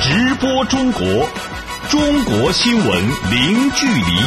直播中国，中国新闻零距离。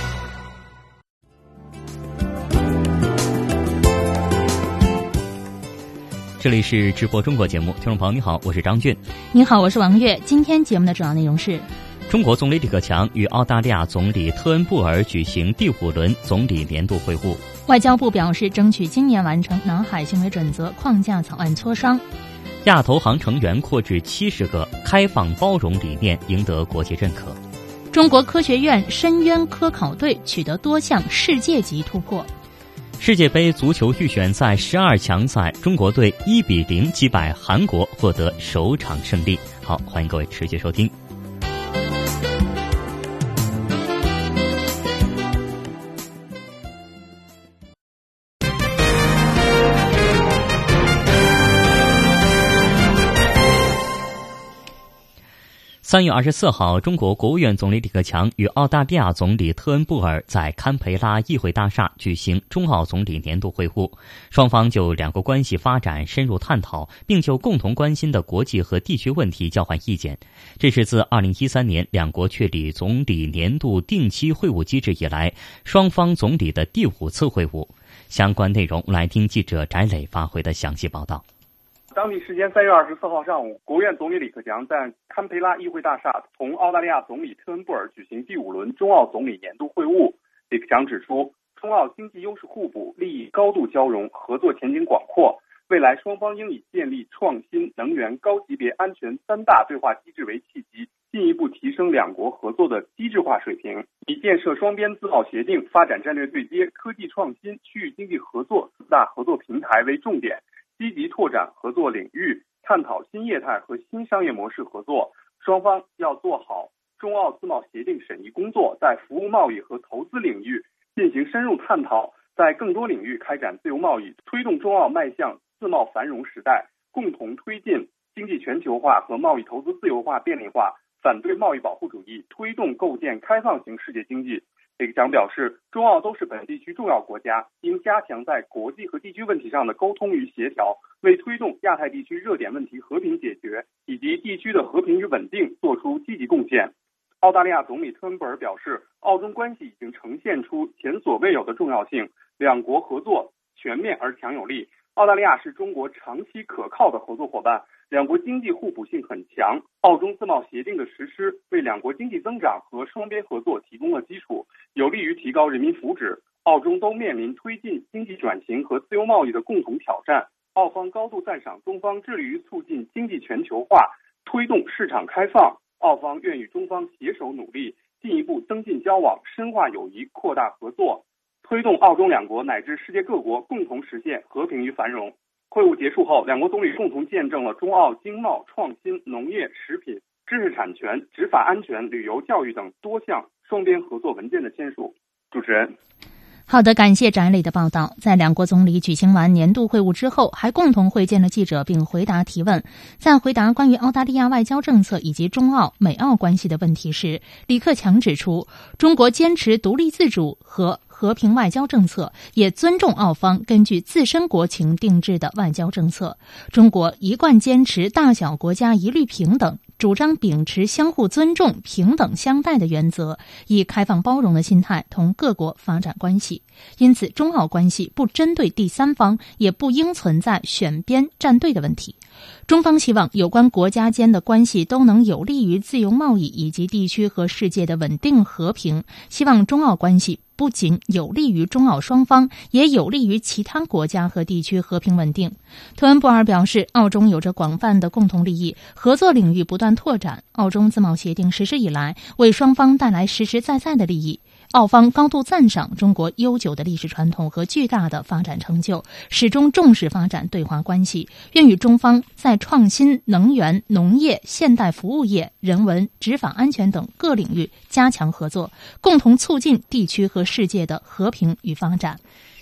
这里是直播中国节目，听众朋友你好，我是张俊。 你好，我是王悦。今天节目的主要内容是： 中国总理李克强与澳大利亚总理特恩布尔举行第5轮总理年度会晤。 外交部表示，争取今年完成南海行为准则框架草案磋商。 亚投行成员扩至70个，开放包容理念赢得国际认可。 中国科学院深渊科考队取得多项世界级突破。 世界杯足球预选赛12强赛，中国队1-0击败韩国，获得首场胜利。好，欢迎各位持续收听。3月24号，中国国务院总理李克强与澳大利亚总理特恩布尔在堪培拉议会大厦举行中澳总理年度会晤，双方就两国关系发展深入探讨，并就共同关心的国际和地区问题交换意见。这是自2013年两国确立总理年度定期会晤机制以来，双方总理的第5次会晤。相关内容来听记者翟磊发回的详细报道。 当地时间3月24号上午，国务院总理李克强在堪培拉议会大厦同澳大利亚总理特恩布尔举行第5轮中澳总理年度会晤。李克强指出，中澳经济优势互补，利益高度交融，合作前景广阔。未来双方应以建立创新、能源、高级别安全3大对话机制为契机，进一步提升两国合作的机制化水平，以建设双边自贸协定、发展战略对接、科技创新、区域经济合作4大合作平台为重点，积极拓展合作领域，探讨新业态和新商业模式合作。双方要做好中澳自贸协定审议工作，在服务贸易和投资领域进行深入探讨，在更多领域开展自由贸易，推动中澳迈向自贸繁荣时代，共同推进经济全球化和贸易投资自由化便利化，反对贸易保护主义，推动构建开放型世界经济。李克强表示，中澳都是本地区重要国家，应加强在国际和地区问题上的沟通与协调，为推动亚太地区热点问题和平解决以及地区的和平与稳定做出积极贡献。澳大利亚总理特恩布尔表示，澳中关系已经呈现出前所未有的重要性，两国合作全面而强有力。澳大利亚是中国长期可靠的合作伙伴，两国经济互补性很强，澳中自贸协定的实施为两国经济增长和双边合作提供了基础，有利于提高人民福祉。澳中都面临推进经济转型和自由贸易的共同挑战，澳方高度赞赏中方致力于促进经济全球化，推动市场开放，澳方愿与中方携手努力，进一步增进交往，深化友谊，扩大合作，推动澳中两国乃至世界各国共同实现和平与繁荣。会晤结束后，两国总理共同见证了中澳经贸、创新、农业、食品、知识产权、执法安全、旅游、教育等多项双边合作文件的签署。主持人。 好的，感谢翟磊的报道。在两国总理举行完年度会晤之后，还共同会见了记者并回答提问。在回答关于澳大利亚外交政策以及中澳、美澳关系的问题时，李克强指出，中国坚持独立自主和和平外交政策，也尊重澳方根据自身国情定制的外交政策。中国一贯坚持大小国家一律平等，主张秉持相互尊重、平等相待的原则，以开放包容的心态同各国发展关系。因此，中澳关系不针对第三方，也不应存在选边站队的问题。中方希望有关国家间的关系都能有利于自由贸易以及地区和世界的稳定和平，希望中澳关系不仅有利于中澳双方，也有利于其他国家和地区和平稳定。特恩布尔表示，澳中有着广泛的共同利益，合作领域不断拓展。澳中自贸协定实施以来，为双方带来实实在在的利益。澳方高度赞赏中国悠久的历史传统和巨大的发展成就，始终重视发展对华关系，愿与中方在创新、能源、农业、现代服务业、人文、执法安全等各领域加强合作，共同促进地区和世界的和平与发展。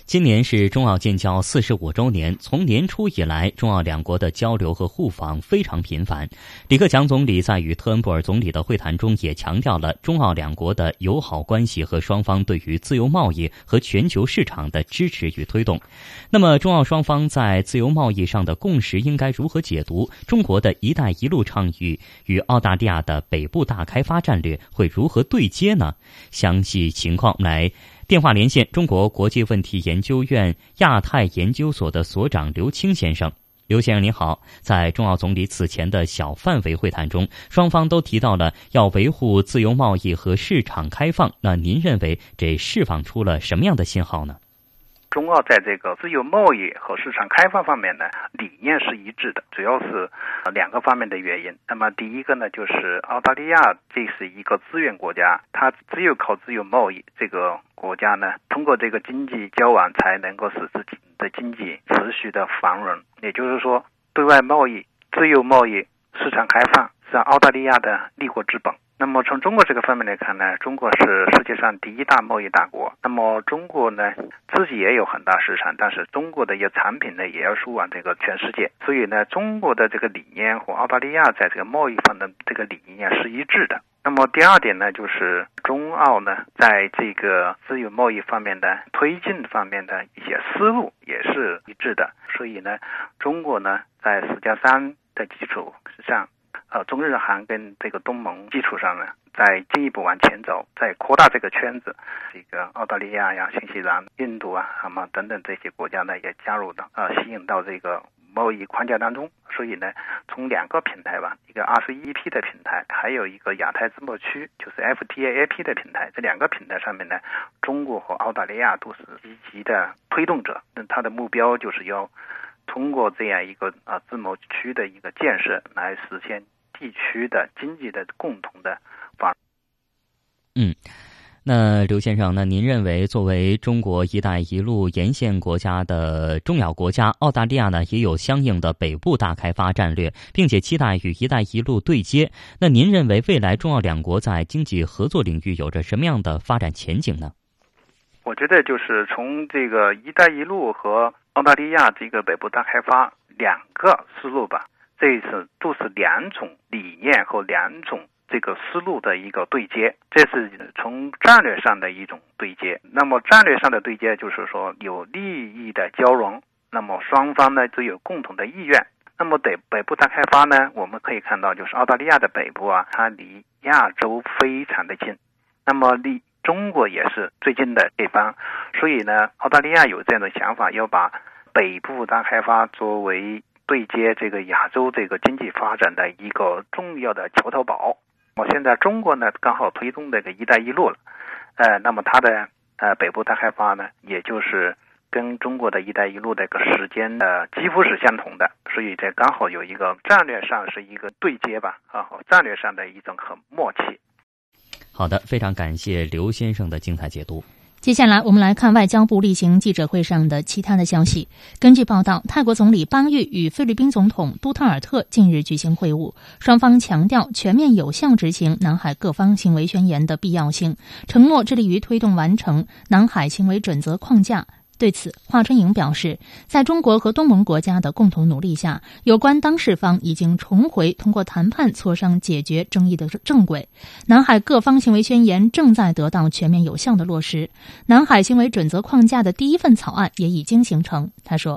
今年是中澳建交45周年，从年初以来，中澳两国的交流和互访非常频繁。李克强总理在与特恩布尔总理的会谈中也强调了中澳两国的友好关系和双方对于自由贸易和全球市场的支持与推动。那么，中澳双方在自由贸易上的共识应该如何解读？中国的一带一路倡议与澳大利亚的北部大开发战略会如何对接呢？详细情况来电话连线中国国际问题研究院亚太研究所的所长刘清先生。刘先生您好，在中澳总理此前的小范围会谈中，双方都提到了要维护自由贸易和市场开放，那您认为这释放出了什么样的信号呢？ 中澳在这个自由贸易和市场开放方面呢，理念是一致的，主要是两个方面的原因。那么第一个呢，就是澳大利亚这是一个资源国家，它只有靠自由贸易，这个国家呢，通过这个经济交往才能够使自己的经济持续的繁荣。也就是说，对外贸易、自由贸易、市场开放是澳大利亚的立国之本。那么从中国这个方面来看呢，中国是世界上第一大贸易大国。那么中国呢，自己也有很大市场，但是中国的一些产品呢，也要输往这个全世界。所以呢，中国的这个理念和澳大利亚在这个贸易方的这个理念是一致的。那么第二点呢，就是中澳呢，在这个自由贸易方面的推进方面的一些思路也是一致的。所以呢，中国呢，在4+3的基础上，中日韩跟这个东盟基础上呢，再进一步往前走，再扩大这个圈子，这个澳大利亚呀、新西兰、印度啊、等等这些国家呢，也加入到吸引到这个贸易框架当中。所以呢，从两个平台吧，一个 RCEP 的平台，还有一个亚太自贸区，就是 FTAP 的平台，这两个平台上面呢，中国和澳大利亚都是积极的推动者。那它的目标就是要通过这样一个自贸区的一个建设来实现地区的经济的共同的发展。 那刘先生，那您认为作为中国一带一路沿线国家的重要国家，澳大利亚呢也有相应的北部大开发战略，并且期待与一带一路对接。那您认为未来中澳两国在经济合作领域有着什么样的发展前景呢？ 我觉得就是从这个一带一路和澳大利亚这个北部大开发两个思路吧，这都是两种理念和两种这个思路的一个对接，这是从战略上的一种对接。那么战略上的对接就是说有利益的交融，那么双方呢都有共同的意愿。那么北部大开发呢，我们可以看到就是澳大利亚的北部啊，它离亚洲非常的近，那么离中国也是最近的地方，所以呢，澳大利亚有这样的想法，要把北部大开发作为对接这个亚洲这个经济发展的一个重要的桥头堡。现在中国呢刚好推动这个一带一路了，那么它的北部大开发呢，也就是跟中国的一带一路这个时间几乎是相同的，所以这刚好有一个战略上是一个对接吧，战略上的一种很默契。 好的，非常感谢刘先生的精彩解读。 接下来我们来看外交部例行记者会上的其他的消息。根据报道，泰国总理巴育与菲律宾总统杜特尔特近日举行会晤，双方强调全面有效执行南海各方行为宣言的必要性，承诺致力于推动完成南海行为准则框架。对此，华春莹表示，在中国和东盟国家的共同努力下，有关当事方已经重回通过谈判磋商解决争议的正轨。南海各方行为宣言正在得到全面有效的落实，南海行为准则框架的第一份草案也已经形成。他说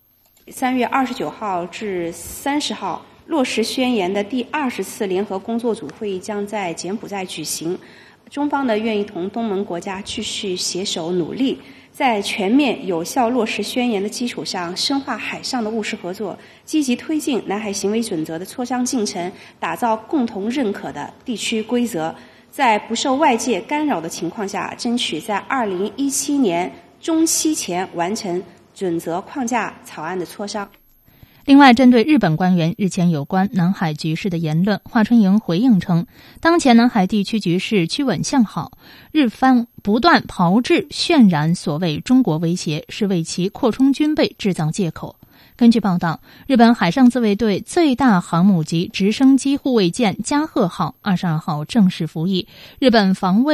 ，3月29号至30号，落实宣言的第20次联合工作组会议将在柬埔寨举行。中方呢，愿意同东盟国家继续携手努力，在全面有效落实宣言的基础上，深化海上的务实合作，积极推进南海行为准则的磋商进程，打造共同认可的地区规则，在不受外界干扰的情况下，争取在2017年中期前完成准则框架草案的磋商。 另外，针对日本官员日前有关南海局势的言论，华春莹回应称，当前南海地区局势趋稳向好，日方不断炮制渲染所谓中国威胁，是为其扩充军备制造借口。根据报道，日本海上自卫队最大航母级直升机护卫舰加贺号22号正式服役，日本防卫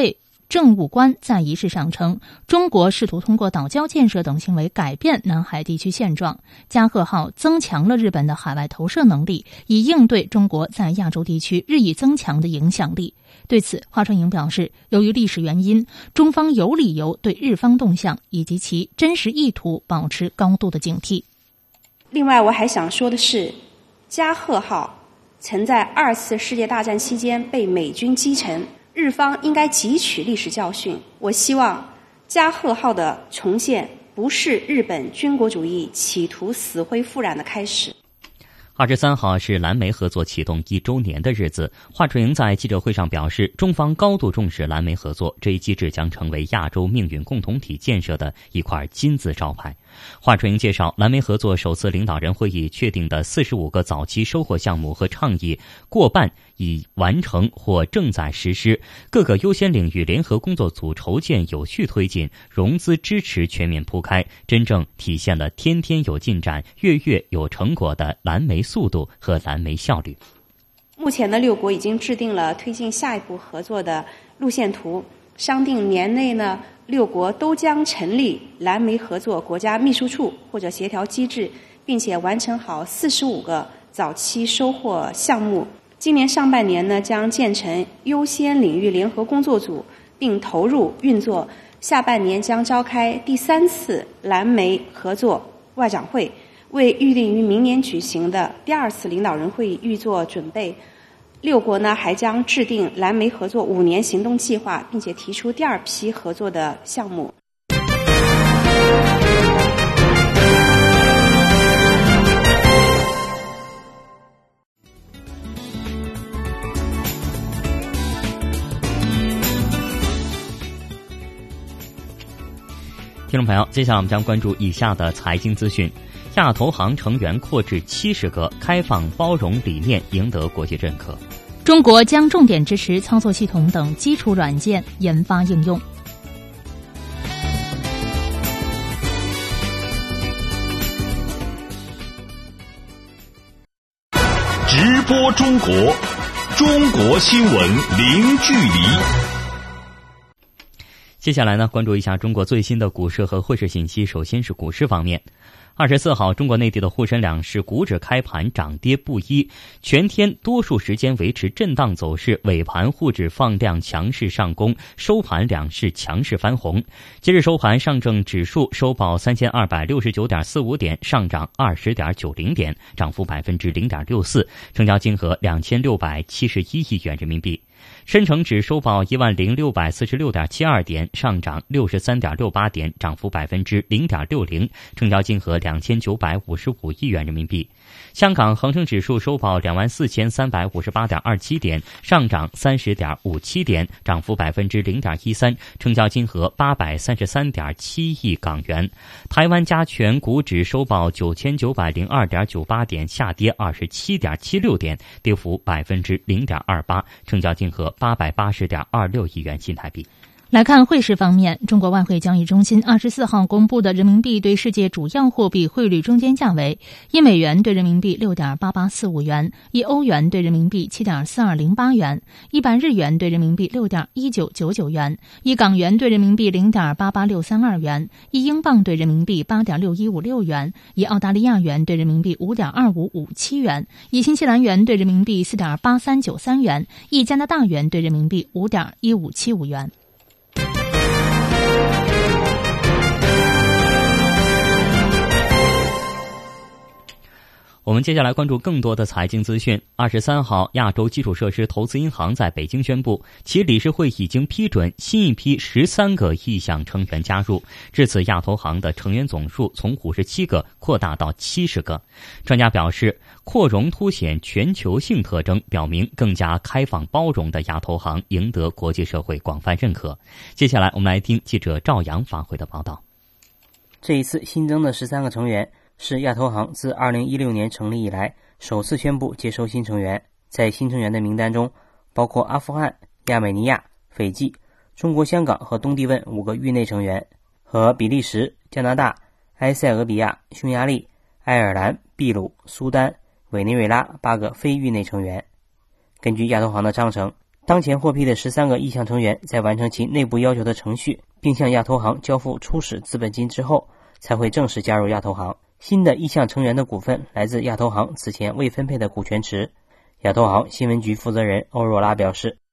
政务官在仪式上称，中国试图通过岛礁建设等行为改变南海地区现状，加贺号增强了日本的海外投射能力，以应对中国在亚洲地区日益增强的影响力。对此，华春莹表示，由于历史原因，中方有理由对日方动向以及其真实意图保持高度的警惕。 另外，我还想说的是，加贺号曾在2次世界大战期间被美军击沉，日方应该汲取历史教训。我希望加贺号的重现不是日本军国主义企图死灰复燃的开始。 23号是蓝莓合作启动1周年的日子，华春莹在记者会上表示，中方高度重视蓝莓合作，这一机制将成为亚洲命运共同体建设的一块金字招牌。华春莹介绍，蓝莓合作首次领导人会议确定的45个早期收获项目和倡议，过半已完成或正在实施，各个优先领域联合工作组筹建有序推进，融资支持全面铺开，真正体现了天天有进展、月月有成果的蓝莓速度和蓝莓效率。 目前的6国已经制定了推进下一步合作的路线图，商定年内呢，6国都将成立蓝莓合作国家秘书处或者协调机制，并且完成好45个早期收获项目。今年上半年呢，将建成优先领域联合工作组，并投入运作。下半年将召开第3次蓝莓合作外长会，为预定于明年举行的第2次领导人会议预做准备。6国呢还将制定蓝莓合作5年行动计划，并且提出第2批合作的项目。 听众朋友，接下来我们将关注以下的财经资讯。亚投行成员扩至70个，开放包容理念赢得国际认可。 中国将重点支持操作系统等基础软件研发应用。 直播中国，中国新闻零距离。 接下来呢，关注一下中国最新的股市和汇市信息。首先是股市方面，24号，中国内地的沪深两市股指开盘涨跌不一，全天多数时间维持震荡走势，尾盘沪指放量强势上攻，收盘两市强势翻红。截至收盘，上证指数收报3269.45点，上涨20.90点，涨幅0.64%，成交金额2671亿元人民币。深成指收报10646.72点，上涨63.68点，涨幅0.60%，成交金额2955亿元人民币。香港恒生指数收报24358.27点，上涨30.57点，涨幅0.13%，成交金额833.7亿港元。台湾加权股指收报9902.98点，下跌27.76点，跌幅0.28%，成交金额880.26亿元新台币。 来看汇市方面，中国外汇交易中心24号公布的人民币对世界主要货币汇率中间价为：1美元对人民币6.8845元，1欧元对人民币7.4208元，100日元对人民币6.1999元，1港元对人民币0.88632元，1英镑对人民币8.6156元，1澳大利亚元对人民币5.2557元，1新西兰元对人民币4.8393元，1加拿大元对人民币5.1575元。 我们接下来关注更多的财经资讯。23号，亚洲基础设施投资银行在北京宣布，其理事会已经批准新一批13个意向成员加入，至此亚投行的成员总数从57个扩大到70个。专家表示，扩容凸显全球性特征，表明更加开放包容的亚投行赢得国际社会广泛认可。接下来我们来听记者赵阳发回的报道。 这一次新增的13个成员是亚投行自2016年成立以来首次宣布接收新成员。在新成员的名单中，包括阿富汗、亚美尼亚、斐济、中国香港和东帝汶5个域内成员，和比利时、加拿大、埃塞俄比亚、匈牙利、爱尔兰、秘鲁、苏丹、委内瑞拉8个非域内成员。根据亚投行的章程， 当前获批的13个意向成员在完成其内部要求的程序，并向亚投行交付初始资本金之后，才会正式加入亚投行。新的意向成员的股份来自亚投行此前未分配的股权池。亚投行新闻局负责人欧若拉表示，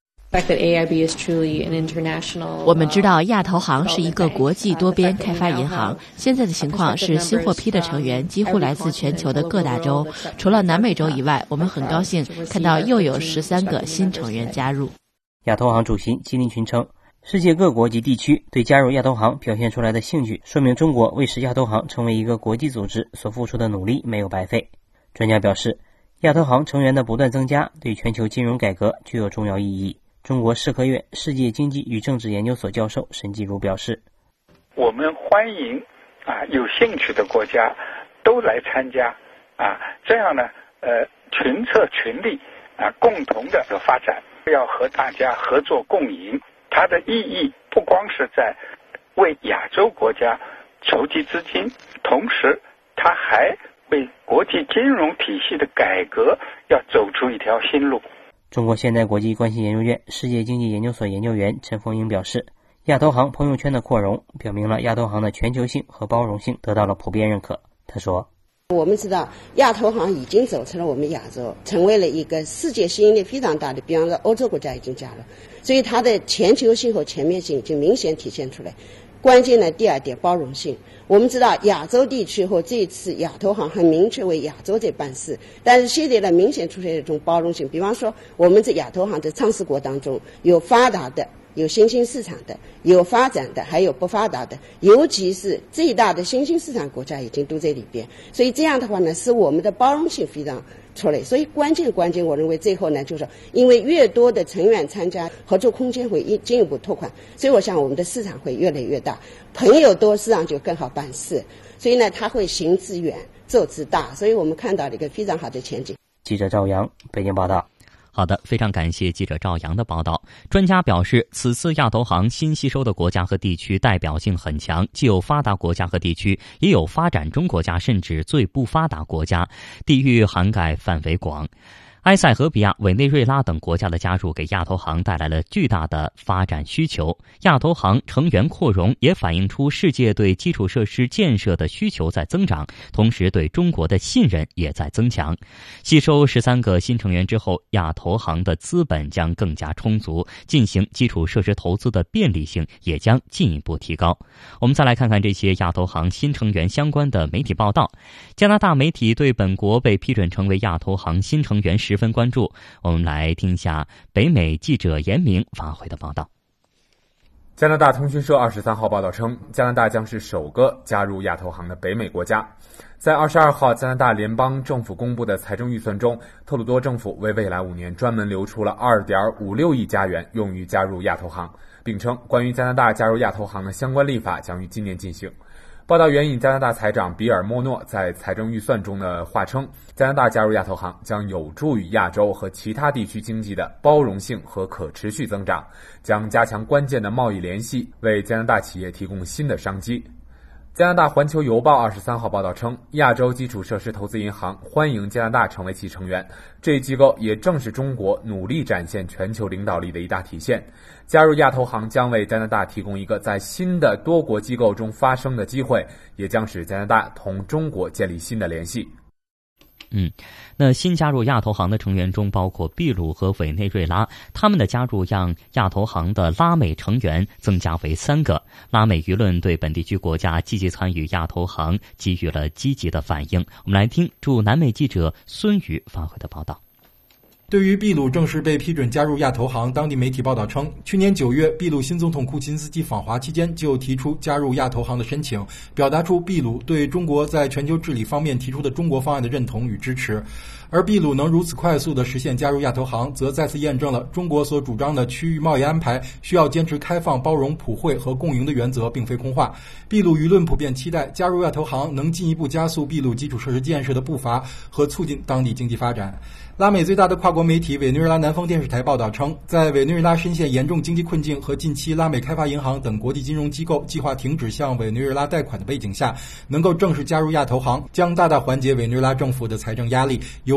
我们知道亚投行是一个国际多边开发银行，现在的情况是新获批的成员几乎来自全球的各大洲，除了南美洲以外，我们很高兴看到又有13个新成员加入。 亚投行主席金立群称，世界各国及地区对加入亚投行表现出来的兴趣，说明中国为使亚投行成为一个国际组织所付出的努力没有白费。专家表示，亚投行成员的不断增加对全球金融改革具有重要意义。中国社科院世界经济与政治研究所教授沈继儒表示， 我们欢迎有兴趣的国家都来参加这样呢群策群力共同的发展，要和大家合作共赢。它的意义不光是在为亚洲国家筹集资金，同时它还为国际金融体系的改革要走出一条新路。 中国现代国际关系研究院世界经济研究所研究员陈凤英表示，亚投行朋友圈的扩容表明了亚投行的全球性和包容性得到了普遍认可。他说， 我们知道亚投行已经走出了我们亚洲，成为了一个世界吸引力非常大的，比方说欧洲国家已经加入，所以它的全球性和全面性已经明显体现出来。关键的第二点，包容性。我们知道亚洲地区和这次亚投行很明确为亚洲在办事，但是现在呢明显出现一种包容性。比方说我们在亚投行的创始国当中，有发达的，有新兴市场的，有发展的，还有不发达的，尤其是最大的新兴市场国家已经都在里边。所以这样的话呢，使我们的包容性非常出来。所以关键我认为最后呢，就是因为越多的成员参加，合作空间会进一步拓宽，所以我想我们的市场会越来越大，朋友多市场就更好办事，所以呢它会行之远做之大，所以我们看到了一个非常好的前景。 记者赵阳北京报道。 好的，非常感谢记者赵阳的报道。专家表示，此次亚投行新吸收的国家和地区代表性很强，既有发达国家和地区，也有发展中国家，甚至最不发达国家，地域涵盖范围广。埃塞俄比亚、委内瑞拉等国家的加入给亚投行带来了巨大的发展需求。亚投行成员扩容也反映出世界对基础设施建设的需求在增长，同时对中国的信任也在增强。吸收13个新成员之后，亚投行的资本将更加充足，进行基础设施投资的便利性也将进一步提高。我们再来看看这些亚投行新成员相关的媒体报道。加拿大媒体对本国被批准成为亚投行新成员十分关注，我们来听一下北美记者严明发回的报道。 加拿大通讯社23号报道称，加拿大将是首个加入亚投行的北美国家。在22号加拿大联邦政府公布的财政预算中，特鲁多政府为未来5年专门留出了 2.56 亿加元用于加入亚投行，并称关于加拿大加入亚投行的相关立法将于今年进行。报道援引加拿大财长比尔·莫诺在财政预算中的话称，加拿大加入亚投行将有助于亚洲和其他地区经济的包容性和可持续增长，将加强关键的贸易联系，为加拿大企业提供新的商机。加拿大环球邮报23号报道称，亚洲基础设施投资银行欢迎加拿大成为其成员，这一机构也正是中国努力展现全球领导力的一大体现。加入亚投行将为加拿大提供一个在新的多国机构中发声的机会，也将使加拿大同中国建立新的联系。 那新加入亚投行的成员中包括秘鲁和委内瑞拉，他们的加入让亚投行的拉美成员增加为3个。拉美舆论对本地区国家积极参与亚投行给予了积极的反应。我们来听驻南美记者孙宇发回的报道。 对于秘鲁正式被批准加入亚投行，当地媒体报道称，去年9月，秘鲁新总统库琴斯基访华期间就提出加入亚投行的申请，表达出秘鲁对中国在全球治理方面提出的中国方案的认同与支持。而秘鲁能如此快速地实现加入亚投行，则再次验证了中国所主张的区域贸易安排需要坚持开放、包容、普惠和共赢的原则并非空话。秘鲁舆论普遍期待加入亚投行能进一步加速秘鲁基础设施建设的步伐和促进当地经济发展。拉美最大的跨国媒体委内瑞拉南方电视台报道称，在委内瑞拉深陷严重经济困境和近期拉美开发银行等国际金融机构计划停止向委内瑞拉贷款的背景下，能够正式加入亚投行，将大大缓解委内瑞拉政府的财政压力，有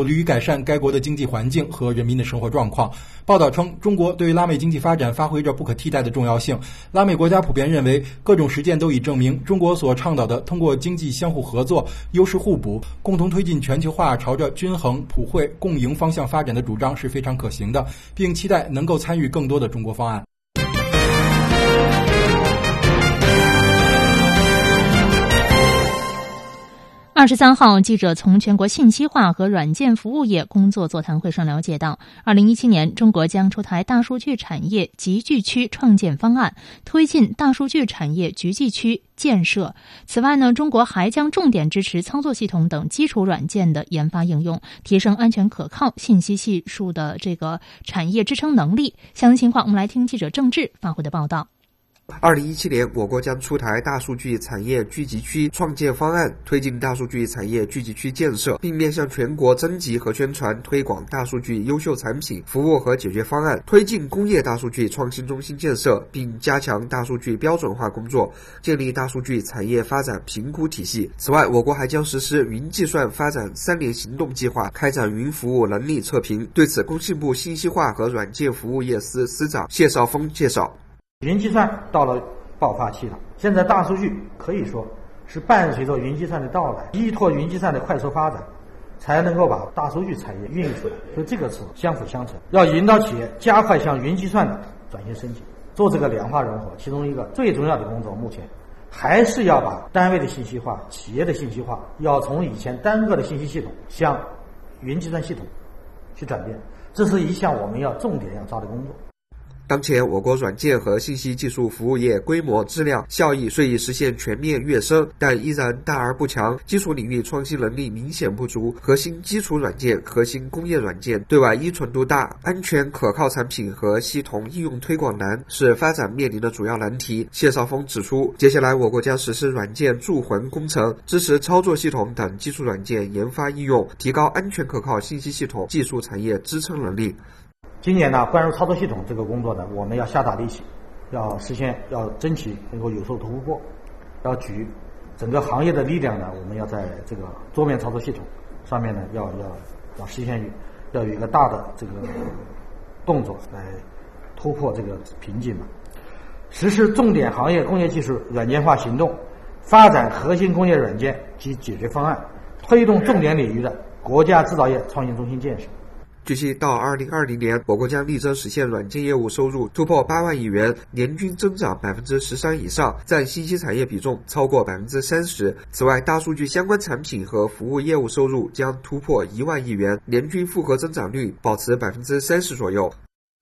利于改善该国的经济环境和人民的生活状况。报道称，中国对拉美经济发展发挥着不可替代的重要性。拉美国家普遍认为，各种实践都已证明，中国所倡导的通过经济相互合作、优势互补，共同推进全球化朝着均衡、普惠、共赢方向发展的主张是非常可行的，并期待能够参与更多的中国方案。 23号，记者从全国信息化和软件服务业工作座谈会上了解到，2017年中国将出台大数据产业集聚区创建方案，推进大数据产业集聚区建设。此外呢，中国还将重点支持操作系统等基础软件的研发应用，提升安全可靠、信息系数的这个产业支撑能力。详细情况，我们来听记者郑智发回的报道。 2017年，我国将出台大数据产业聚集区创建方案，推进大数据产业聚集区建设，并面向全国征集和宣传推广大数据优秀产品、服务和解决方案，推进工业大数据创新中心建设，并加强大数据标准化工作，建立大数据产业发展评估体系。此外，我国还将实施云计算发展3年行动计划，开展云服务能力测评。对此，工信部信息化和软件服务业司司长谢少峰介绍， 云计算到了爆发期了，现在大数据可以说是伴随着云计算的到来，依托云计算的快速发展，才能够把大数据产业孕育出来，所以这个是相辅相成。要引导企业加快向云计算的转型升级，做这个两化融合，其中一个最重要的工作，目前还是要把单位的信息化、企业的信息化，要从以前单个的信息系统向云计算系统去转变，这是一项我们要重点要抓的工作。 当前，我国软件和信息技术服务业规模、质量、效益虽已实现全面跃升，但依然大而不强，基础领域创新能力明显不足，核心基础软件、核心工业软件对外依存度大，安全可靠产品和系统应用推广难，是发展面临的主要难题。谢少峰指出，接下来我国将实施软件铸魂工程，支持操作系统等基础软件研发应用，提高安全可靠信息系统技术产业支撑能力。 今年呢，关于操作系统这个工作呢，我们要下大力气，要实现，要争取能够有所突破，要举整个行业的力量呢，我们要在这个桌面操作系统上面呢，要实现，要有一个大的这个动作来突破这个瓶颈嘛。实施重点行业工业技术软件化行动，发展核心工业软件及解决方案，推动重点领域的国家制造业创新中心建设。 据悉，到2020年，我国将力争实现软件业务收入突破8万亿元，年均增长13%以上，占信息产业比重超过30%。此外，大数据相关产品和服务业务收入将突破1万亿元，年均复合增长率保持30%左右。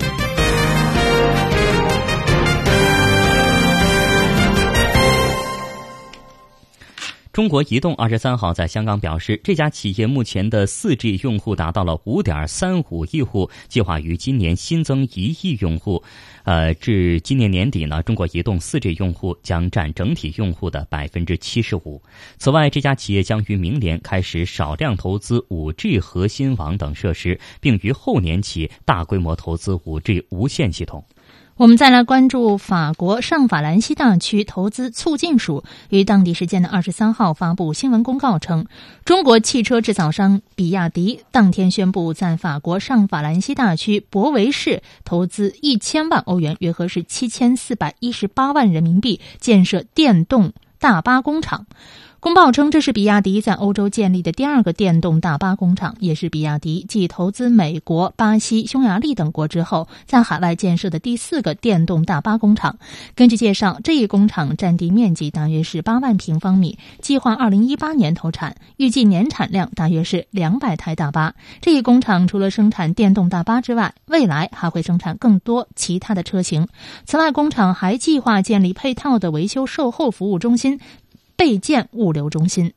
中国移动23号在香港表示，这家企业目前的 4G 用户达到了 5.35 亿户，计划于今年新增1亿用户。至今年年底呢，中国移动 4G 用户将占整体用户的 75%。此外，这家企业将于明年开始少量投资 5G 核心网等设施，并于后年起大规模投资 5G 无线系统。 我们再来关注法国上法兰西大区投资促进署于当地时间的23号发布新闻公告称，中国汽车制造商比亚迪当天宣布在法国上法兰西大区博维市投资1000万欧元，约合是7418万人民币，建设电动大巴工厂。公报称，这是比亚迪在欧洲建立的第2个电动大巴工厂，也是比亚迪继投资美国、巴西、匈牙利等国之后，在海外建设的第4个电动大巴工厂。根据介绍，这一工厂占地面积大约是8万平方米，计划2018年投产，预计年产量大约是200台大巴。这一工厂除了生产电动大巴之外，未来还会生产更多其他的车型。此外，工厂还计划建立配套的维修售后服务中心、备件物流中心。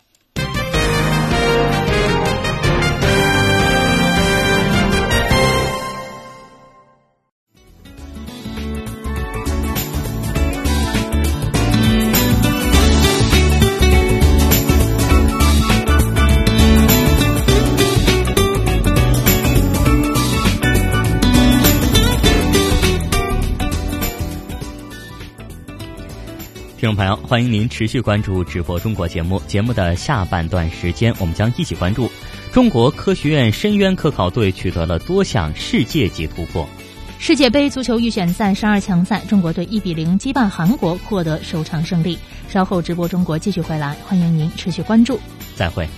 听众朋友，欢迎您持续关注直播中国节目。节目的下半段时间，我们将一起关注中国科学院深渊科考队取得了多项世界级突破。 世界杯足球预选赛12强赛，中国队1比0击败韩国，获得首场胜利。稍后直播中国继续回来，欢迎您持续关注。 再会。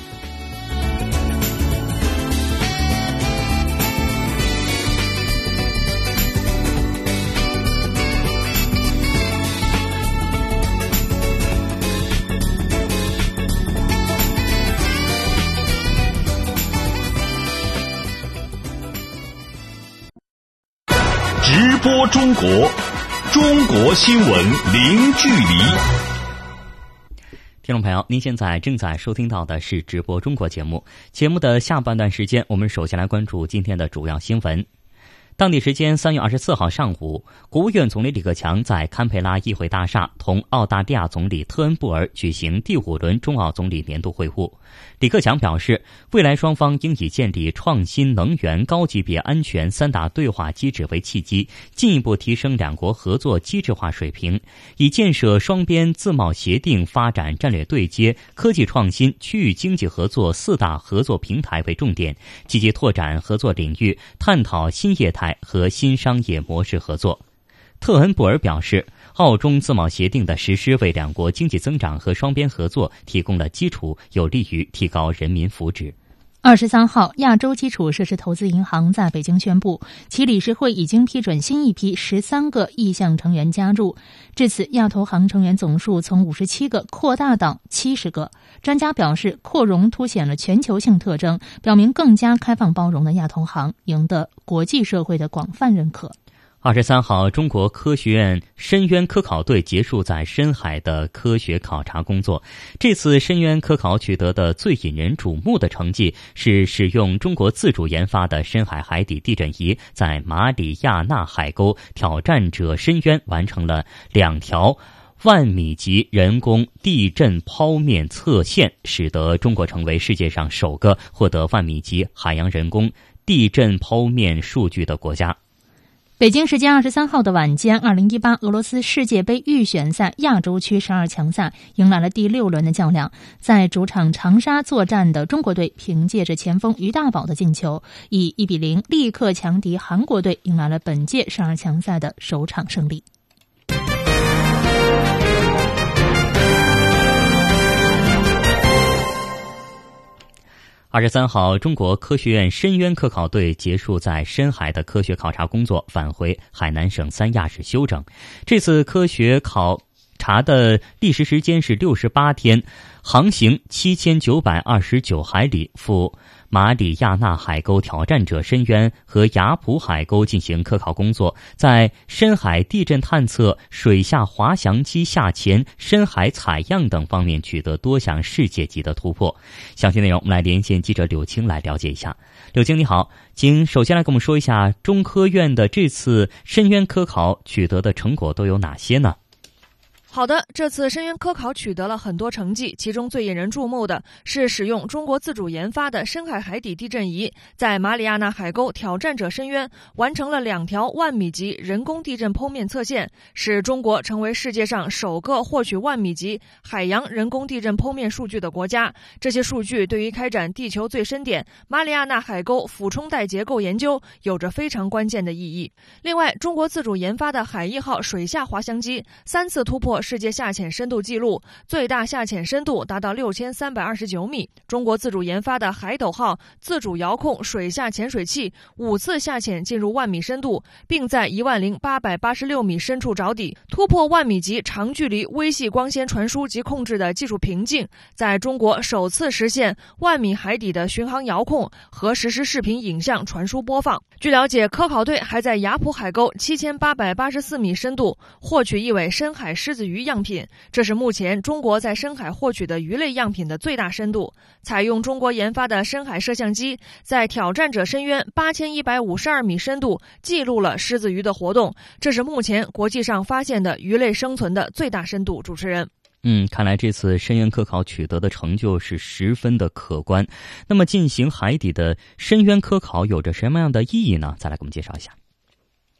直播中国，中国新闻零距离。 听众朋友，您现在正在收听到的是直播中国节目。节目的下半段时间，我们首先来关注今天的主要新闻。当地时间3月24号上午，国务院总理李克强在堪培拉议会大厦同澳大利亚总理特恩布尔举行第5轮中澳总理年度会晤。李克强表示，未来双方应以建立创新、能源、高级别安全3大对话机制为契机，进一步提升两国合作机制化水平，以建设双边自贸协定、发展战略对接、科技创新、区域经济合作4大合作平台为重点，积极拓展合作领域，探讨新业态和新商业模式合作。特恩布尔表示，澳中自贸协定的实施为两国经济增长和双边合作提供了基础，有利于提高人民福祉。 23号，亚洲基础设施投资银行在北京宣布，其理事会已经批准新一批13个意向成员加入，至此亚投行成员总数从57个扩大到70个。专家表示，扩容凸显了全球性特征，表明更加开放包容的亚投行赢得国际社会的广泛认可。 23号，中国科学院深渊科考队结束在深海的科学考察工作。这次深渊科考取得的最引人瞩目的成绩是使用中国自主研发的深海海底地震仪，在马里亚纳海沟挑战者深渊完成了2条10000米级人工地震剖面测线，使得中国成为世界上首个获得10000米级海洋人工地震剖面数据的国家。 北京时间23号的晚间，2018俄罗斯世界杯预选赛亚洲区12强赛迎来了第6轮的较量。在主场长沙作战的中国队凭借着前锋于大宝的进球，以1比0立刻强敌韩国队，迎来了本届12强赛的首场胜利。 23号，中国科学院深渊科考队结束在深海的科学考察工作，返回海南省三亚市休整。这次科学考察的历时时间是68天，航行7929海里，赴马里亚纳海沟挑战者深渊和雅普海沟进行科考工作，在深海地震探测、水下滑翔机下潜、深海采样等方面取得多项世界级的突破。详细内容我们来连线记者柳青来了解一下。柳青你好，请首先来跟我们说一下中科院的这次深渊科考取得的成果都有哪些呢？ 好的，这次深渊科考取得了很多成绩，其中最引人注目的是使用中国自主研发的深海海底地震仪，在马里亚纳海沟挑战者深渊完成了2条10000米级人工地震剖面测线，使中国成为世界上首个获取10000米级海洋人工地震剖面数据的国家。这些数据对于开展地球最深点马里亚纳海沟俯冲带结构研究有着非常关键的意义。另外，中国自主研发的海1号水下滑翔机3次突破世界下潜深度纪录，最大下潜深度达到6329米。中国自主研发的海斗号自主遥控水下潜水器5次下潜进入10000米深度，并在10886米深处着底，突破10000米级长距离微细光纤传输及控制的技术瓶颈，在中国首次实现10000米海底的巡航遥控和实时视频影像传输播放。据了解，科考队还在雅普海沟7884米深度获取1尾深海狮子鱼样品，这是目前中国在深海获取的鱼类样品的最大深度。采用中国研发的深海摄像机，在挑战者深渊8152米深度记录了狮子鱼的活动，这是目前国际上发现的鱼类生存的最大深度。主持人。 看来这次深渊科考取得的成就是十分的可观。那么进行海底的深渊科考有着什么样的意义呢？再来给我们介绍一下。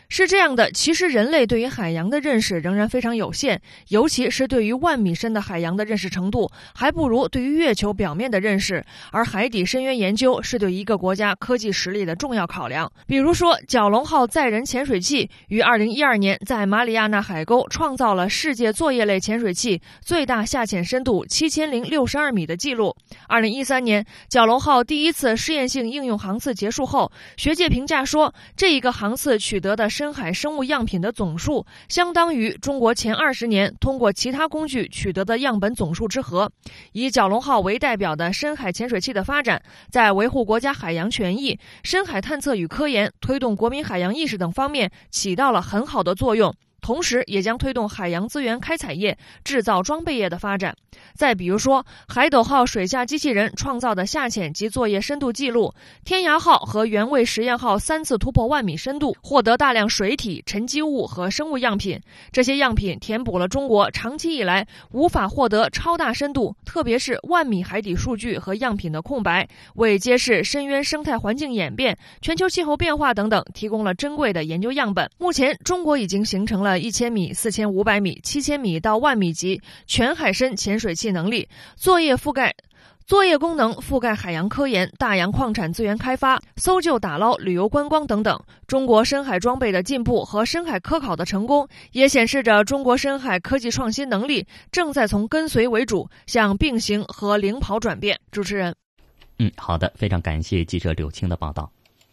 是这样的，其实人类对于海洋的认识仍然非常有限，尤其是对于万米深的海洋的认识程度，还不如对于月球表面的认识。而海底深渊研究是对一个国家科技实力的重要考量。比如说，蛟龙号载人潜水器于2012年在马里亚纳海沟创造了世界作业类潜水器最大下潜深度7062米的记录。2013年，蛟龙号第一次试验性应用航次结束后，学界评价说，这一个航次取得的深海生物样品的总数，相当于中国前20年通过其他工具取得的样本总数之和。以蛟龙号为代表的深海潜水器的发展，在维护国家海洋权益、深海探测与科研、推动国民海洋意识等方面起到了很好的作用。同时也将推动海洋资源开采业、制造装备业的发展。再比如说，海斗号水下机器人创造的下潜及作业深度记录，天涯号和原位实验号3次突破1万米深度，获得大量水体、沉积物和生物样品。这些样品填补了中国长期以来无法获得超大深度，特别是1万米海底数据和样品的空白，为揭示深渊生态环境演变、全球气候变化等等提供了珍贵的研究样本。目前，中国已经形成了1000米、4500米、7000米到1万米级全海深潜水器能力，作业功能覆盖海洋科研、大洋矿产资源开发、搜救打捞、旅游观光等等。中国深海装备的进步和深海科考的成功，也显示着中国深海科技创新能力正在从跟随为主向并行和领跑转变。主持人， 好的，非常感谢记者柳青的报道。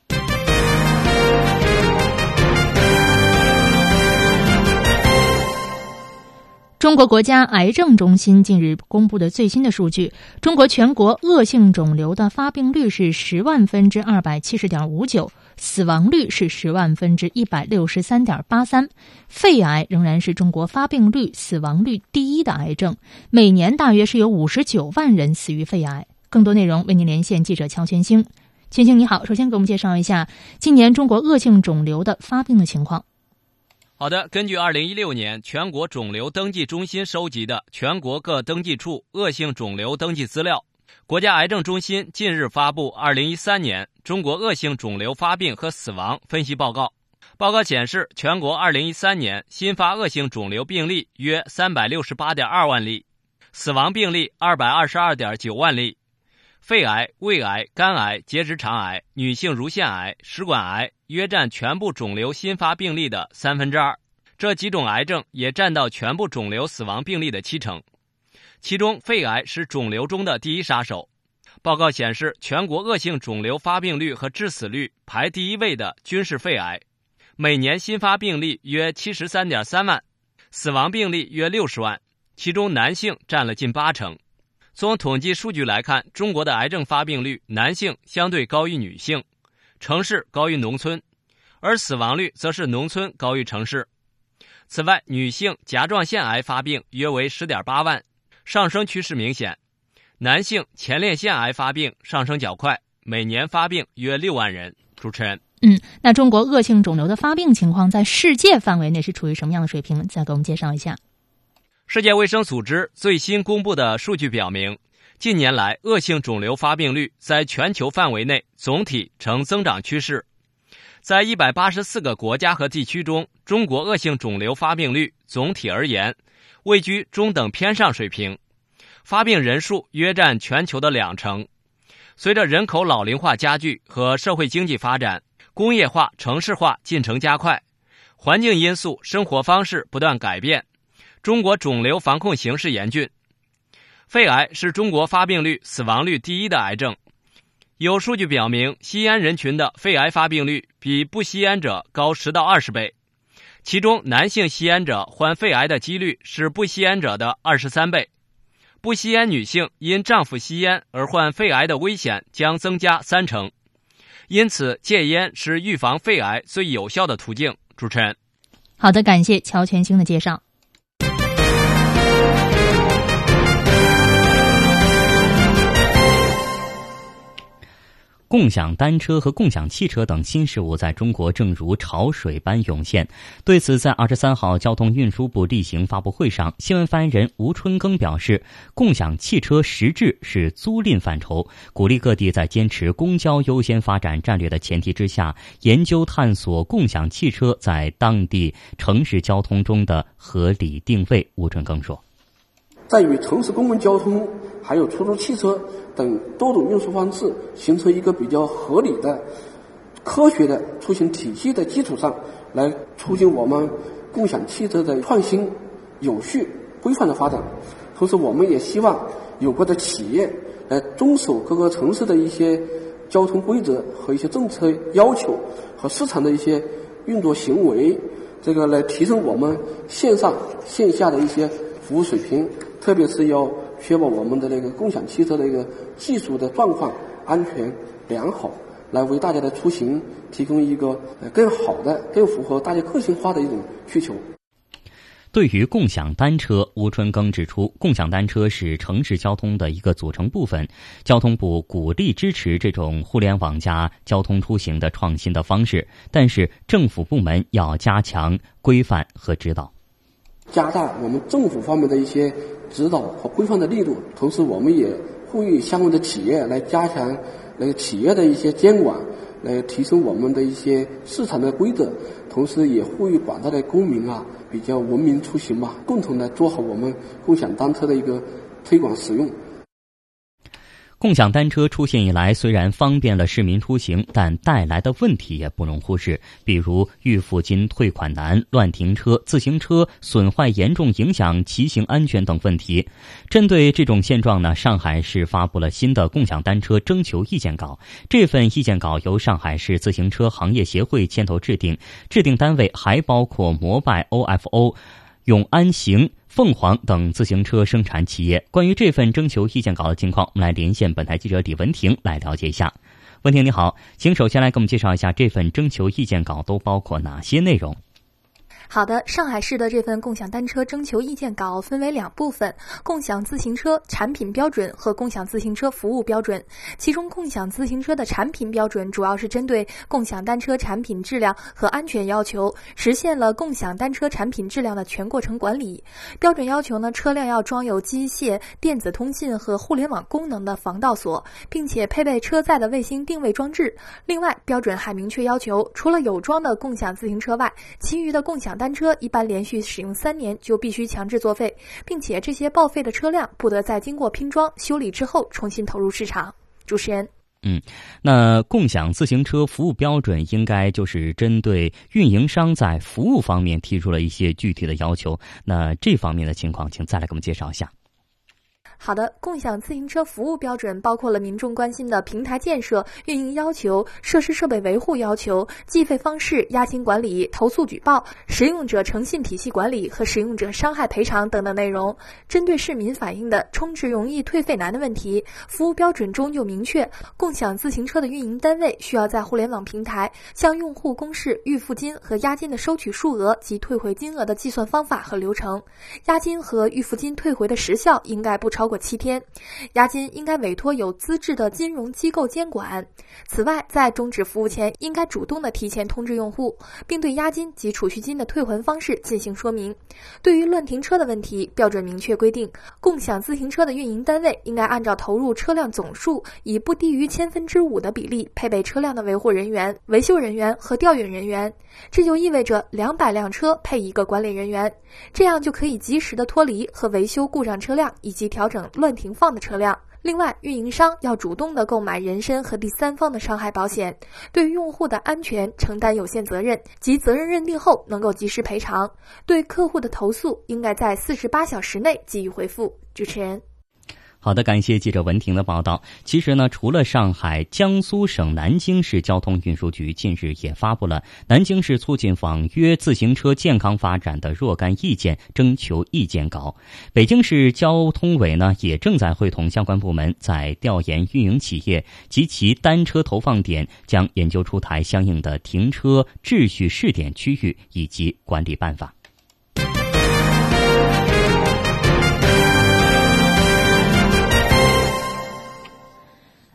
中国国家癌症中心近日公布的最新的数据，中国全国恶性肿瘤的发病率是10万分之270.59，死亡率是10万分之163.83。肺癌仍然是中国发病率、死亡率第一的癌症，每年大约是有59万人死于肺癌。更多内容为您连线记者乔全兴。全兴你好，首先给我们介绍一下今年中国恶性肿瘤的发病的情况。 好的，根据2016年全国肿瘤登记中心收集的全国各登记处恶性肿瘤登记资料，国家癌症中心近日发布2013年中国恶性肿瘤发病和死亡分析报告。报告显示，全国2013年新发恶性肿瘤病例约368.2万例，死亡病例222.9万例。肺癌、胃癌、肝癌、结直肠癌、女性乳腺癌、食管癌约占全部肿瘤新发病例的2/3，这几种癌症也占到全部肿瘤死亡病例的70%。其中，肺癌是肿瘤中的第一杀手。报告显示，全国恶性肿瘤发病率和致死率排第一位的均是肺癌，每年新发病例约73.3万，死亡病例约60万，其中男性占了近80%。从统计数据来看，中国的癌症发病率男性相对高于女性，城市高于农村，而死亡率则是农村高于城市。此外，女性甲状腺癌发病约为10.8万，上升趋势明显。男性前列腺癌发病上升较快，每年发病约6万人。主持人， 那中国恶性肿瘤的发病情况在世界范围内是处于什么样的水平？再给我们介绍一下。 世界卫生组织最新公布的数据表明，近年来恶性肿瘤发病率在全球范围内总体呈增长趋势。在184个国家和地区中，中国恶性肿瘤发病率总体而言位居中等偏上水平，发病人数约占全球的20%。随着人口老龄化加剧和社会经济发展，工业化、城市化进程加快，环境因素、生活方式不断改变，中国肿瘤防控形势严峻。肺癌是中国发病率、死亡率第一的癌症。有数据表明，吸烟人群的肺癌发病率比不吸烟者高10到20倍，其中男性吸烟者患肺癌的几率是不吸烟者的23倍。不吸烟女性因丈夫吸烟而患肺癌的危险将增加30%。因此，戒烟是预防肺癌最有效的途径。主持人， 好的，感谢乔全兴的介绍。 共享单车和共享汽车等新事物在中国正如潮水般涌现。对此，在23号交通运输部例行发布会上，新闻发言人吴春耕表示，共享汽车实质是租赁范畴，鼓励各地在坚持公交优先发展战略的前提之下，研究探索共享汽车在当地城市交通中的合理定位。吴春耕说， 在与城市公共交通还有出租汽车等多种运输方式形成一个比较合理的科学的出行体系的基础上，来促进我们共享汽车的创新、有序、规范的发展。同时我们也希望有关的企业来遵守各个城市的一些交通规则和一些政策要求和市场的一些运作行为，这个来提升我们线上线下的一些服务水平，特别是要确保我们的共享汽车的技术的状况安全良好，来为大家的出行提供一个更好的、更符合大家个性化的一种需求。 对于共享单车，吴春耕指出，共享单车是城市交通的一个组成部分，交通部鼓励支持这种互联网加交通出行的创新的方式，但是政府部门要加强规范和指导， 加大我们政府方面的一些指导和规范的力度，同时我们也呼吁相关的企业来加强企业的一些监管，来提升我们的一些市场的规则，同时也呼吁广大的公民比较文明出行共同的做好我们共享单车的一个推广使用。 共享单车出现以来，虽然方便了市民出行，但带来的问题也不容忽视，比如预付金退款难、乱停车、自行车损坏严重影响骑行安全等问题。针对这种现状呢，上海市发布了新的共享单车征求意见稿。这份意见稿由上海市自行车行业协会牵头制定，制定单位还包括摩拜、OFO、永安行、凤凰等自行车生产企业。关于这份征求意见稿的情况，我们来连线本台记者李文婷来了解一下。文婷你好，请首先来给我们介绍一下这份征求意见稿都包括哪些内容。 好的，上海市的这份共享单车征求意见稿分为2部分，共享自行车产品标准和共享自行车服务标准。其中共享自行车的产品标准主要是针对共享单车产品质量和安全要求，实现了共享单车产品质量的全过程管理。标准要求呢，车辆要装有机械、电子通信和互联网功能的防盗锁，并且配备车载的卫星定位装置。另外，标准还明确要求，除了有装的共享自行车外，其余的共享单车一般连续使用3年就必须强制作废，并且这些报废的车辆不得在经过拼装、修理之后重新投入市场。主持人。 那共享自行车服务标准应该就是针对运营商在服务方面提出了一些具体的要求，那这方面的情况请再来给我们介绍一下。 好的，共享自行车服务标准包括了民众关心的平台建设、运营要求、设施设备维护要求、计费方式、押金管理、投诉举报、使用者诚信体系管理和使用者伤害赔偿等等内容。针对市民反映的充值容易退费难的问题，服务标准中就明确，共享自行车的运营单位需要在互联网平台向用户公示预付金和押金的收取数额及退回金额的计算方法和流程。押金和预付金退回的时效应该不超过7天，押金应该委托有资质的金融机构监管。此外，在终止服务前，应该主动的提前通知用户，并对押金及储蓄金的退还方式进行说明。对于乱停车的问题，标准明确规定，共享自行车的运营单位应该按照投入车辆总数以不低于5%的比例配备车辆的维护人员、维修人员和调运人员。这就意味着200辆车配1个管理人员，这样就可以及时的脱离和维修故障车辆以及调整乱停放的车辆。另外，运营商要主动的购买人身和第三方的伤害保险，对用户的安全承担有限责任，及责任认定后能够及时赔偿。对客户的投诉应该在48小时内给予回复。主持人。 好的，感谢记者文婷的报道。其实呢，除了上海，江苏省南京市交通运输局近日也发布了南京市促进网约自行车健康发展的若干意见征求意见稿。北京市交通委呢，也正在会同相关部门在调研运营企业及其单车投放点，将研究出台相应的停车秩序试点区域以及管理办法。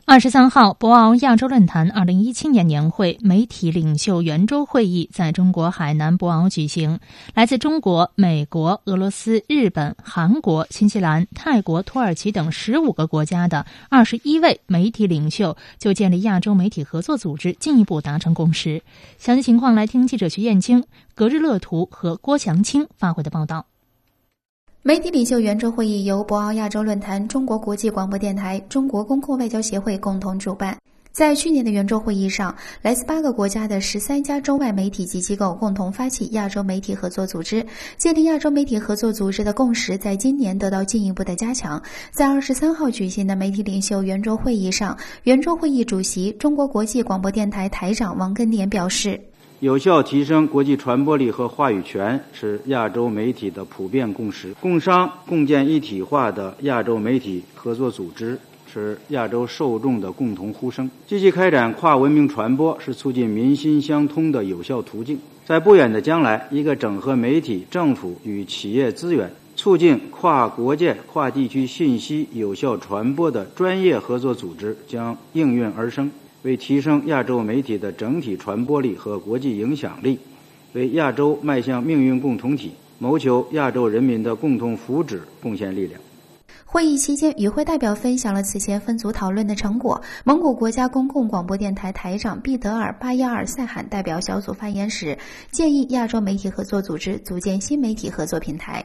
23号，博鳌亚洲论坛2017年年会媒体领袖圆桌会议在中国海南博鳌举行。来自中国、美国、俄罗斯、日本、韩国、新西兰、泰国、土耳其等15个国家的21位媒体领袖就建立亚洲媒体合作组织进一步达成共识。详细情况来听记者徐艳青、格日乐图和郭祥清发回的报道。 媒体领袖圆桌会议由博鳌亚洲论坛、中国国际广播电台、中国公共外交协会共同主办。在去年的圆桌会议上，来自8个国家的13家中外媒体及机构共同发起亚洲媒体合作组织，建立亚洲媒体合作组织的共识在今年得到进一步的加强。在23号举行的媒体领袖圆桌会议上，圆桌会议主席、中国国际广播电台台长王根年表示， 有效提升国际传播力和话语权是亚洲媒体的普遍共识。共商共建一体化的亚洲媒体合作组织是亚洲受众的共同呼声。积极开展跨文明传播是促进民心相通的有效途径。在不远的将来，一个整合媒体、政府与企业资源，促进跨国界、跨地区信息有效传播的专业合作组织将应运而生，为提升亚洲媒体的整体传播力和国际影响力，为亚洲迈向命运共同体、谋求亚洲人民的共同福祉贡献力量。 会议期间，与会代表分享了此前分组讨论的成果。蒙古国家公共广播电台台长毕德尔巴耶尔塞罕代表小组发言时，建议亚洲媒体合作组织组建新媒体合作平台。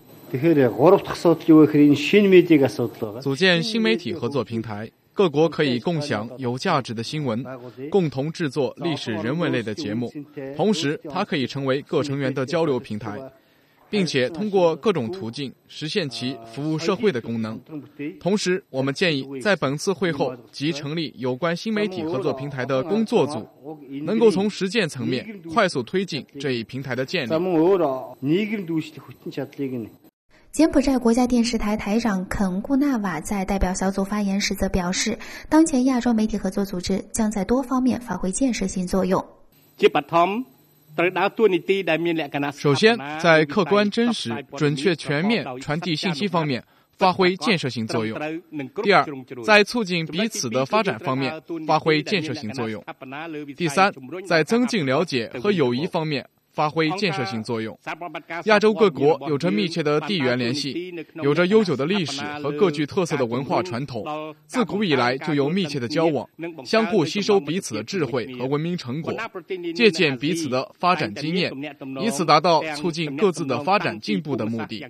组建新媒体合作平台，各国可以共享有价值的新闻，共同制作历史人文类的节目，同时它可以成为各成员的交流平台，并且通过各种途径实现其服务社会的功能。同时，我们建议在本次会后即成立有关新媒体合作平台的工作组，能够从实践层面快速推进这一平台的建立。 柬埔寨国家电视台台长肯固纳瓦在代表小组发言时则表示，当前亚洲媒体合作组织将在多方面发挥建设性作用。 首先，在客观、真实、准确、全面传递信息方面发挥建设性作用；第二，在促进彼此的发展方面发挥建设性作用；第三，在增进了解和友谊方面发挥建设性作用。亚洲各国有着密切的地缘联系，有着悠久的历史和各具特色的文化传统，自古以来就有密切的交往，相互吸收彼此的智慧和文明成果，借鉴彼此的发展经验，以此达到促进各自的发展进步的目的。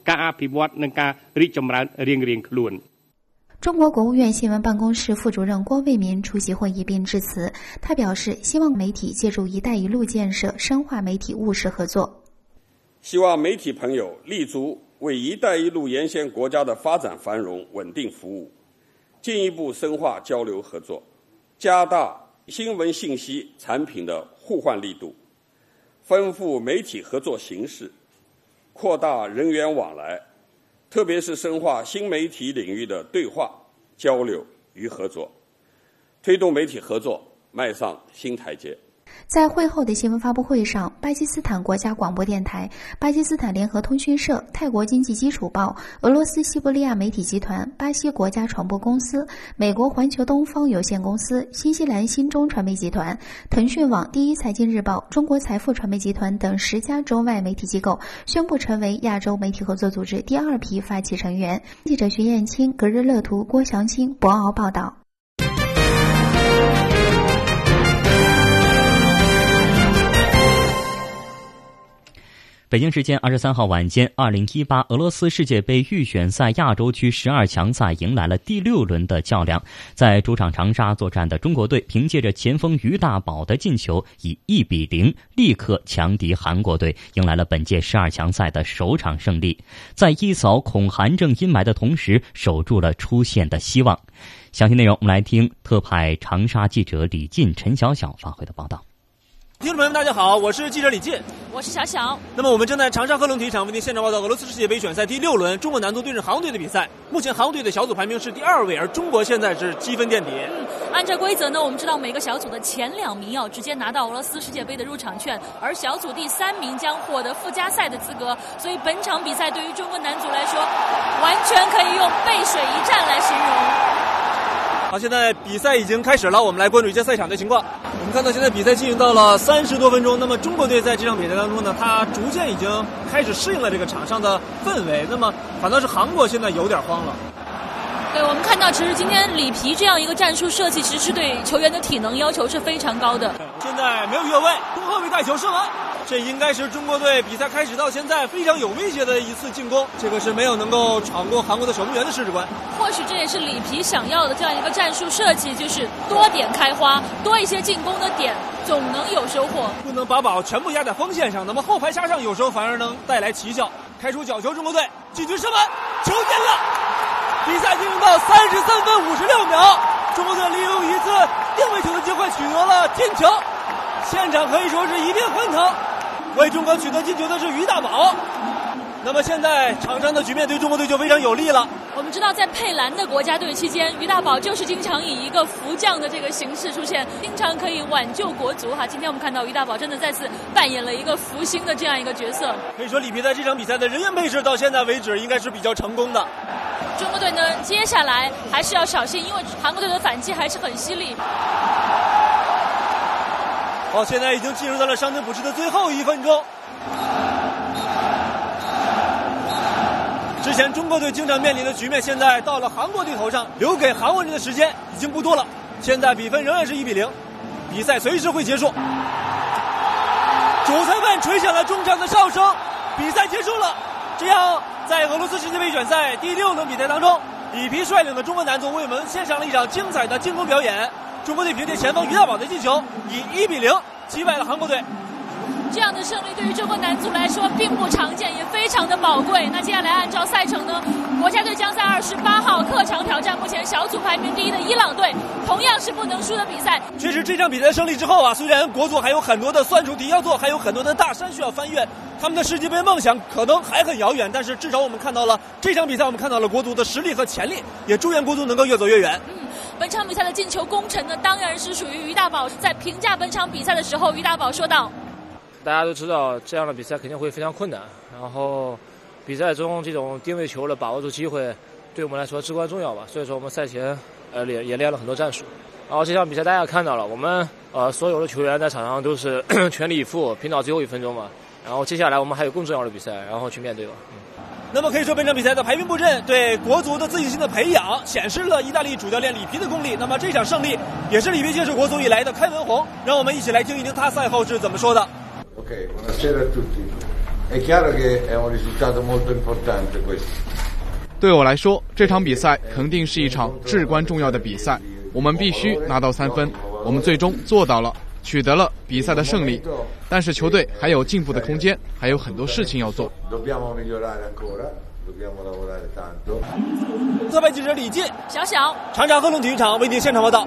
中国国务院新闻办公室副主任郭卫民出席会议并致辞，他表示，希望媒体借助“一带一路”建设，深化媒体务实合作。 希望媒体朋友立足为“一带一路”沿线国家的发展繁荣稳定服务，进一步深化交流合作，加大新闻信息产品的互换力度，丰富媒体合作形式，扩大人员往来，特别是深化新媒体领域的对话、交流与合作，推动媒体合作迈上新台阶。 在会后的新闻发布会上，巴基斯坦国家广播电台、巴基斯坦联合通讯社、泰国经济基础报、俄罗斯西伯利亚媒体集团、巴西国家传播公司、美国环球东方有限公司、新西兰新中传媒集团、腾讯网、第一财经日报、中国财富传媒集团等10家中外媒体机构宣布成为亚洲媒体合作组织第2批发起成员。记者徐艳青、格日乐图、郭祥清、博鳌报道。 北京时间23号晚间，2018俄罗斯世界杯预选赛亚洲区12强赛迎来了第6轮的较量。在主场长沙作战的中国队，凭借着前锋于大宝的进球，以1-0立刻强敌韩国队，迎来了本届12强赛的首场胜利。在一扫恐韩症阴霾的同时，守住了出线的希望。详细内容，我们来听特派长沙记者李进、陈小小发回的报道。 听众朋友们，大家好，我是记者李进， 我是小小。 那么我们正在长沙科隆体育场为您现场报道俄罗斯世界杯选赛第6轮中国男足对阵韩国队的比赛。目前韩国队的小组排名是第2位，而中国现在是积分垫底。 按照规则呢，我们知道每个小组的前2名要直接拿到俄罗斯世界杯的入场券，而小组第3名将获得附加赛的资格。所以本场比赛对于中国男足来说，完全可以用背水一战来形容。 好，现在比赛已经开始了，我们来关注一下赛场的情况。我们看到现在比赛进行到了30多分钟，那么中国队在这场比赛当中呢，他逐渐已经开始适应了这个场上的氛围，那么反倒是韩国现在有点慌了。 对，我们看到其实今天里皮这样一个战术设计，其实是对球员的体能要求是非常高的。 现在没有越位，中后卫带球射门，这应该是中国队比赛开始到现在非常有威胁的一次进攻，这个是没有能够闯过韩国的守门员的试试关。 或许这也是里皮想要的这样一个战术设计，就是多点开花，多一些进攻的点，总能有收获。 不能把宝全部压在锋线上，那么后排插上有时候反而能带来奇效。开出角球，中国队禁区射门，球进了。比赛进入到33分56秒，中国队利用一次定位球的机会取得了进球，现场可以说是一片欢腾。为中国取得进球的是于大宝。那么现在场上的局面对中国队就非常有利了。 我们知道在佩兰的国家队期间，于大宝就是经常以一个福将的这个形式出现，经常可以挽救国足哈。今天我们看到于大宝真的再次扮演了一个福星的这样一个角色。 可以说里皮在这场比赛的人员配置到现在为止应该是比较成功的。 中国队呢，接下来还是要小心，因为韩国队的反击还是很犀利。 好，现在已经进入到了伤停补时的最后1分钟。之前中国队经常面临的局面，现在到了韩国队头上，留给韩国人的时间已经不多了。现在比分仍然是1-0，比赛随时会结束。主裁判吹响了中场的哨声，比赛结束了。这样，在俄罗斯世界杯决赛第6轮比赛当中，里皮率领的中国男足为我们献上了一场精彩的进攻表演。中国队凭借前锋于大宝的进球，以1-0击败了韩国队。 这样的胜利对于中国男足来说并不常见，也非常的宝贵。那接下来按照赛程呢，国家队将在28号客场挑战目前小组排名第1的伊朗队，同样是不能输的比赛。 确实，这场比赛胜利之后啊，虽然国足还有很多的算术题要做，还有很多的大山需要翻越，他们的世界杯梦想可能还很遥远，但是至少我们看到了这场比赛，我们看到了国足的实力和潜力，也祝愿国足能够越走越远。 本场比赛的进球功臣呢，当然是属于于大宝。在评价本场比赛的时候，于大宝说道： 大家都知道这样的比赛肯定会非常困难，然后比赛中这种定位球的把握住机会对我们来说至关重要吧，所以说我们赛前也练了很多战术。然后这场比赛大家看到了，我们所有的球员在场上都是全力以赴拼到最后1分钟嘛，然后接下来我们还有更重要的比赛，然后去面对吧。 那么可以说本场比赛的排兵布阵对国足的自信心的培养显示了意大利主教练里皮的功力。那么这场胜利也是里皮接手国足以来的开门红，让我们一起来听一听他赛后是怎么说的。 Ok, buonasera a tutti. È chiaro che è un risultato molto importante questo. 对我来说，这场比赛肯定是一场至关重要的比赛，我们必须拿到3分，我们最终做到了，取得了比赛的胜利。但是球队还有进步的空间，还有很多事情要做。 Dobbiamo migliorare ancora, dobbiamo lavorare tanto. 特派记者李进、 小小， 长沙贺龙体育场为您现场报道。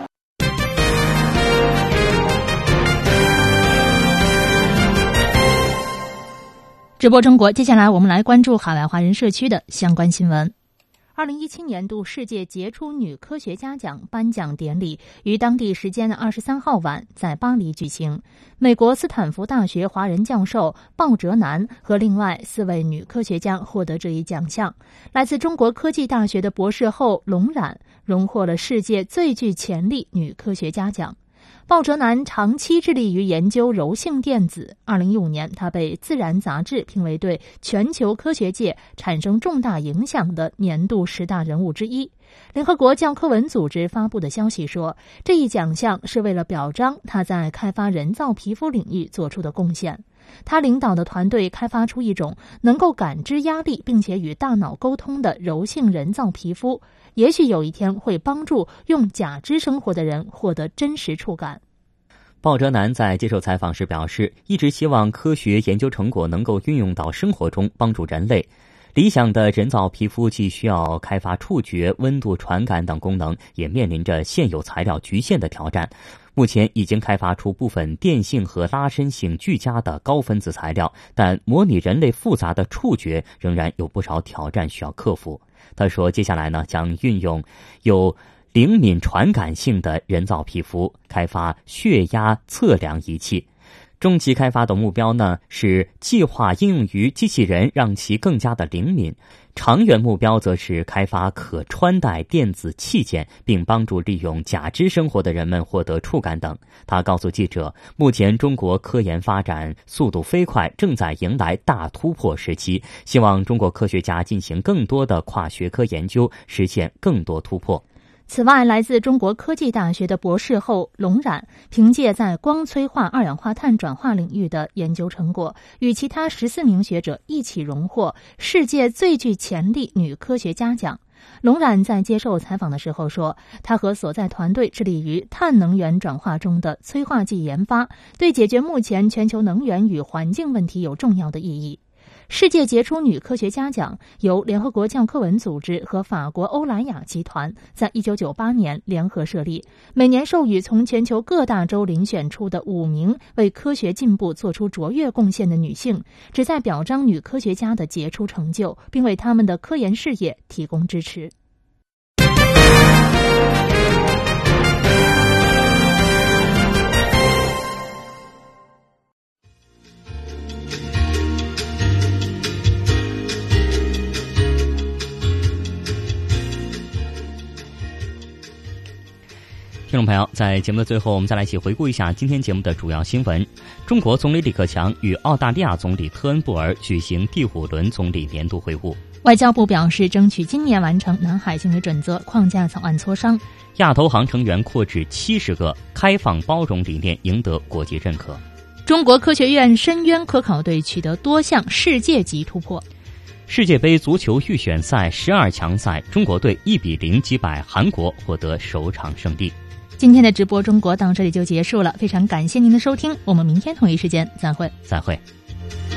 直播中国，接下来我们来关注海外华人社区的相关新闻。2017年度世界杰出女科学家奖颁奖典礼于当地时间23号晚在巴黎举行。美国斯坦福大学华人教授鲍哲南和另外4位女科学家获得这一奖项。来自中国科技大学的博士后龙冉荣获了世界最具潜力女科学家奖。鲍哲南长期致力于研究柔性电子。2015年，他被《自然》杂志评为对全球科学界产生重大影响的年度10大人物之一。联合国教科文组织发布的消息说，这一奖项是为了表彰他在开发人造皮肤领域做出的贡献。他领导的团队开发出一种能够感知压力并且与大脑沟通的柔性人造皮肤，也许有一天会帮助用假肢生活的人获得真实触感。 鲍哲南在接受采访时表示，一直希望科学研究成果能够运用到生活中，帮助人类。理想的人造皮肤既需要开发触觉、温度传感等功能，也面临着现有材料局限的挑战。目前已经开发出部分电性和拉伸性俱佳的高分子材料，但模拟人类复杂的触觉仍然有不少挑战需要克服。他说，接下来呢，将运用有灵敏传感性的人造皮肤，开发血压测量仪器。 中期开发的目标呢是计划应用于机器人，让其更加的灵敏。长远目标则是开发可穿戴电子器件，并帮助利用假肢生活的人们获得触感等。他告诉记者，目前中国科研发展速度飞快，正在迎来大突破时期，希望中国科学家进行更多的跨学科研究，实现更多突破。 此外，来自中国科技大学的博士后龙冉，凭借在光催化二氧化碳转化领域的研究成果，与其他14名学者一起荣获世界最具潜力女科学家奖。龙冉在接受采访的时候说，他和所在团队致力于碳能源转化中的催化剂研发，对解决目前全球能源与环境问题有重要的意义。世界杰出女科学家奖由联合国教科文组织和法国欧莱雅集团在1998年联合设立，每年授予从全球各大洲遴选出的5名为科学进步做出卓越贡献的女性，旨在表彰女科学家的杰出成就，并为他们的科研事业提供支持。 听众朋友，在节目的最后，我们再来一起回顾一下今天节目的主要新闻。中国总理李克强与澳大利亚总理特恩布尔举行第5轮总理年度会晤。 外交部表示，争取今年完成南海行为准则框架草案磋商。 亚投行成员扩至70个，开放包容理念赢得国际认可。 中国科学院深渊科考队取得多项世界级突破。 世界杯足球预选赛12强赛，中国队1比0击败韩国，获得首场胜利。 今天的直播中国到这里就结束了，非常感谢您的收听，我们明天同一时间再会。 再会。